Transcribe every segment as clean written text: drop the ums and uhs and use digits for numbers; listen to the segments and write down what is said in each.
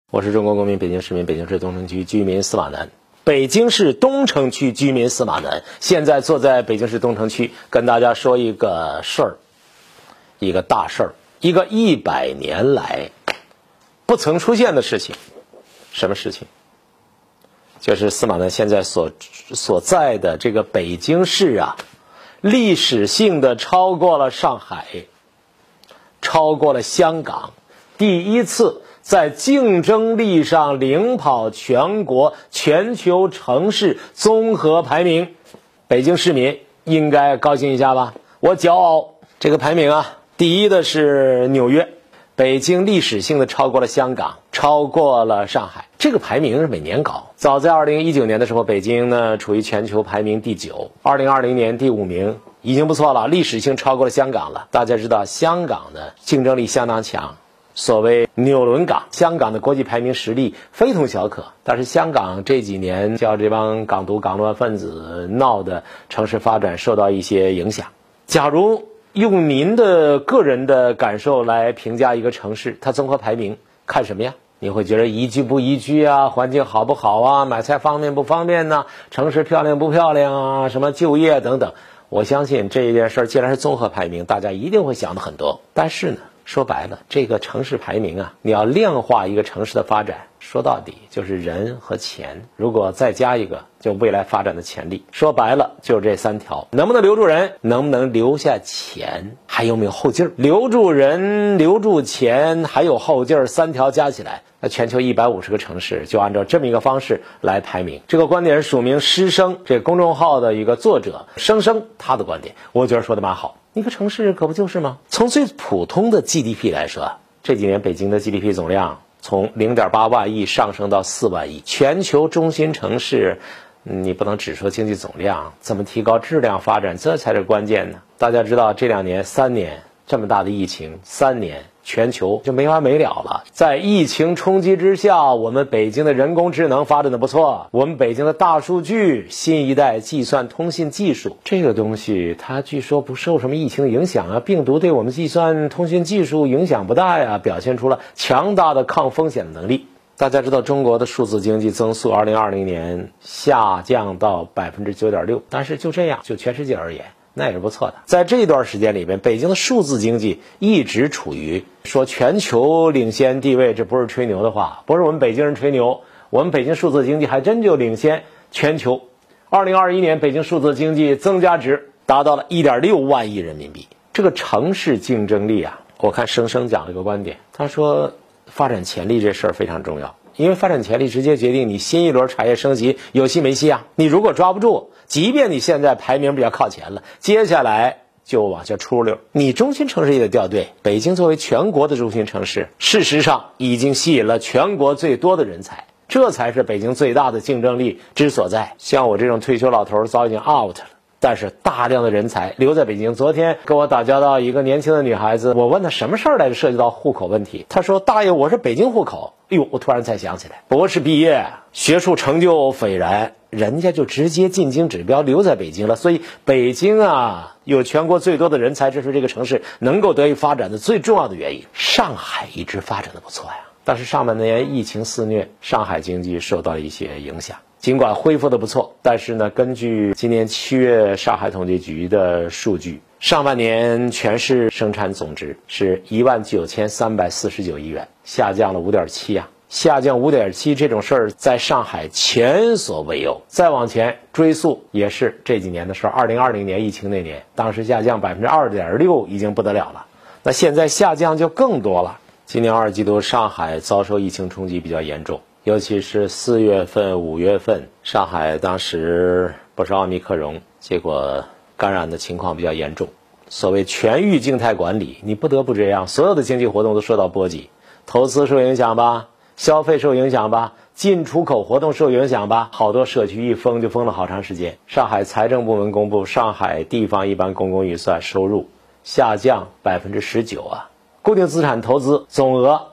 我是中国公民，北京市民，北京市东城区居民司马南。北京市东城区居民司马南，现在坐在北京市东城区，跟大家说一个事儿，一个大事儿，一个100年来不曾出现的事情。什么事情？就是司马南现在所在的这个北京市啊，历史性的超过了上海，超过了香港，第一次在竞争力上领跑全国全球城市综合排名。北京市民应该高兴一下吧，我骄傲。这个排名啊，第一的是纽约，北京历史性的超过了香港，超过了上海。这个排名是每年搞，早在2019年的时候，北京呢处于全球排名第9，2020年第5名，已经不错了，历史性超过了香港了。大家知道香港的竞争力相当强，所谓纽伦港，香港的国际排名实力非同小可。但是香港这几年叫这帮港独港乱分子闹的城市发展受到一些影响。假如用您的个人的感受来评价一个城市，它综合排名看什么呀？你会觉得宜居不宜居啊，环境好不好啊，买菜方便不方便呢，城市漂亮不漂亮啊，什么就业等等。我相信这件事既然是综合排名，大家一定会想的很多。但是呢，说白了，这个城市排名啊，你要量化一个城市的发展，说到底就是人和钱，如果再加一个，就未来发展的潜力。说白了就是这3条，能不能留住人，能不能留下钱，还有没有后劲儿。留住人，留住钱，还有后劲儿，3条加起来，那全球150个城市就按照这么一个方式来排名。这个观点署名师生这个公众号的一个作者生生他的观点，我觉得说的蛮好。一个城市可不就是吗？从最普通的 GDP 来说，这几年北京的 GDP 总量从0.8万亿上升到4万亿，全球中心城市，你不能只说经济总量，怎么提高质量发展，这才是关键呢。大家知道这2年3年这么大的疫情，3年全球就没完没了了。在疫情冲击之下，我们北京的人工智能发展的不错，我们北京的大数据，新一代计算通信技术，这个东西它据说不受什么疫情的影响啊，病毒对我们计算通信技术影响不大呀，表现出了强大的抗风险的能力。大家知道中国的数字经济增速2020年下降到 9.6%， 但是就这样，就全世界而言那也是不错的。在这段时间里边，北京的数字经济一直处于说全球领先地位，这不是吹牛的话，不是我们北京人吹牛，我们北京数字经济还真就领先全球。2021年北京数字经济增加值达到了1.6万亿人民币。这个城市竞争力啊，我看生生讲了一个观点，他说发展潜力这事儿非常重要，因为发展潜力直接决定你新一轮产业升级有戏没戏啊。你如果抓不住，即便你现在排名比较靠前了，接下来就往下出溜。你中心城市也得掉队。北京作为全国的中心城市，事实上已经吸引了全国最多的人才，这才是北京最大的竞争力之所在。像我这种退休老头早已经 out 了，但是大量的人才留在北京。昨天跟我打交道一个年轻的女孩子，我问她什么事儿来着，涉及到户口问题，她说大爷我是北京户口。哎呦，我突然才想起来，博士毕业，学术成就斐然，人家就直接进京指标留在北京了。所以北京啊有全国最多的人才，这是这个城市能够得以发展的最重要的原因。上海一直发展的不错呀，但是上半年疫情肆虐，上海经济受到了一些影响。尽管恢复的不错，但是呢，根据今年7月上海统计局的数据，上半年全市生产总值是19349亿元，下降了5.7%呀，下降5.7%这种事儿在上海前所未有。再往前追溯也是这几年的事儿，2020年疫情那年，当时下降2.6%已经不得了了，那现在下降就更多了。今年2季度上海遭受疫情冲击比较严重，尤其是4月份、5月份，上海当时不是奥密克戎，结果感染的情况比较严重。所谓全域静态管理，你不得不这样，所有的经济活动都受到波及，投资受影响吧，消费受影响吧，进出口活动受影响吧，好多社区一封就封了好长时间。上海财政部门公布，上海地方一般公共预算收入下降19%啊。固定资产投资总额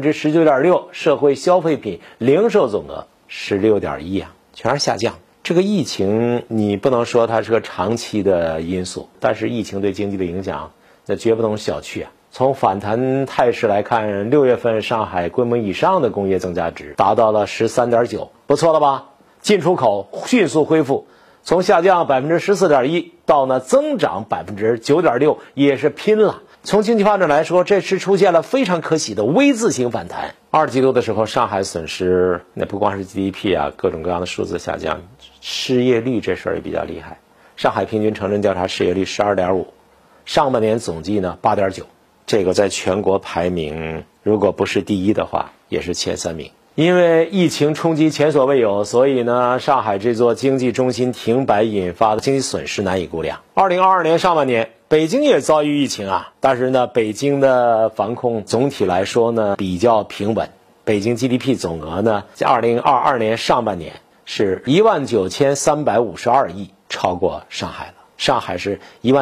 19.6%，社会消费品零售总额16.1%啊，全是下降。这个疫情你不能说它是个长期的因素，但是疫情对经济的影响那绝不能小觑啊。 从反弹态势来看，6月份上海规模以上的工业增加值达到了13.9%，不错了吧？进出口迅速恢复，从下降14.1%到呢增长9.6%，也是拼了。从经济发展来说，这是出现了非常可喜的 V 字形反弹。2季度的时候，上海损失那不光是 GDP 啊，各种各样的数字下降，失业率这事儿也比较厉害。上海平均城镇调查失业率12.5%，上半年总计呢8.9%，这个在全国排名如果不是第一的话，也是前3名。因为疫情冲击前所未有，所以呢，上海这座经济中心停摆引发的经济损失难以估量。2022年上半年，北京也遭遇疫情啊，但是呢，北京的防控总体来说呢比较平稳。北京 GDP 总额呢，在2022年上半年是19352亿，超过上海了。上海是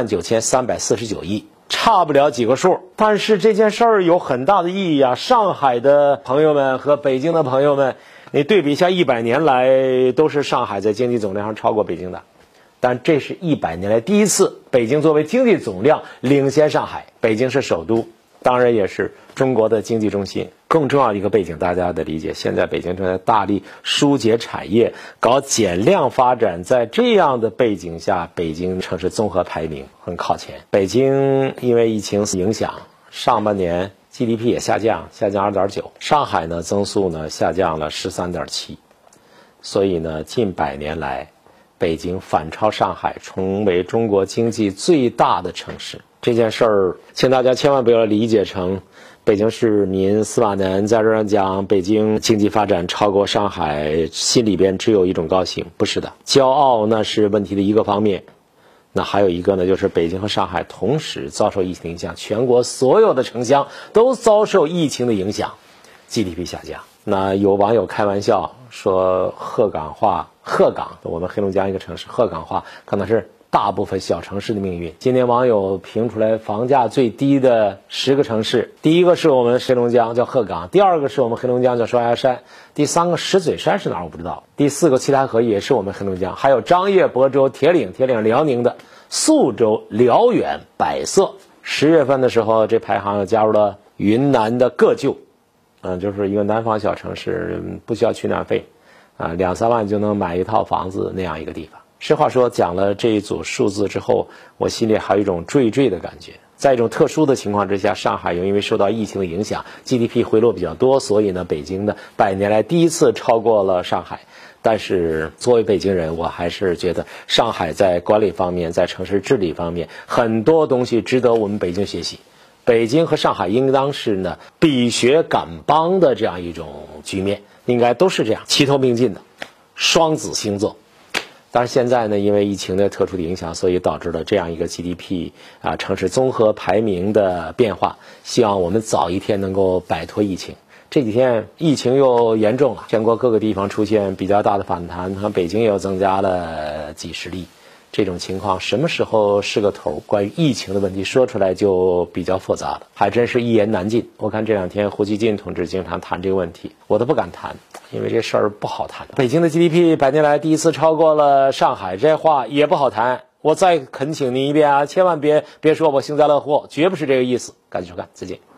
19349亿。差不了几个数，但是这件事儿有很大的意义啊！上海的朋友们和北京的朋友们，你对比一下，100年来都是上海在经济总量上超过北京的，但这是100年来第一次，北京作为经济总量领先上海。北京是首都，当然也是中国的经济中心。更重要的一个背景，大家的理解，现在北京正在大力疏解产业，搞减量发展。在这样的背景下，北京城市综合排名很靠前。北京因为疫情影响，上半年 GDP 也下降2.9%，上海呢增速呢下降了13.7%，所以呢近100年来，北京反超上海，成为中国经济最大的城市。这件事儿，请大家千万不要理解成北京市民司马南在这儿讲北京经济发展超过上海，心里边只有一种高兴，不是的。骄傲那是问题的一个方面，那还有一个呢，就是北京和上海同时遭受疫情影响，全国所有的城乡都遭受疫情的影响， GDP 下降。那有网友开玩笑说，鹤岗我们黑龙江一个城市，鹤岗话可能是大部分小城市的命运。今天网友评出来房价最低的10个城市，第一个是我们黑龙江叫鹤岗，第二个是我们黑龙江叫双鸭山，第3个石嘴山是哪儿我不知道，第4个七台河也是我们黑龙江，还有张掖、亳州、铁岭辽宁的，宿州、辽源、百色。10月份的时候，这排行又加入了云南的个旧，就是一个南方小城市，不需要取暖费，2-3万就能买一套房子那样一个地方。实话说，讲了这一组数字之后，我心里还有一种惴惴的感觉。在一种特殊的情况之下，上海又因为受到疫情的影响， GDP 回落比较多，所以呢，北京呢100年来第一次超过了上海。但是作为北京人，我还是觉得上海在管理方面，在城市治理方面，很多东西值得我们北京学习。北京和上海应当是呢比学赶帮的这样一种局面，应该都是这样齐头并进的双子星座。但是现在呢，因为疫情的特殊的影响，所以导致了这样一个 GDP 城市综合排名的变化。希望我们早一天能够摆脱疫情。这几天疫情又严重了，全国各个地方出现比较大的反弹，和北京又增加了几十例。这种情况什么时候是个头？关于疫情的问题说出来就比较复杂了，还真是一言难尽。我看这2天胡锡进同志经常谈这个问题，我都不敢谈，因为这事儿不好谈。北京的 GDP 100年来第一次超过了上海，这话也不好谈。我再恳请您一遍啊，千万别说我幸灾乐祸，绝不是这个意思。感谢收看，再见。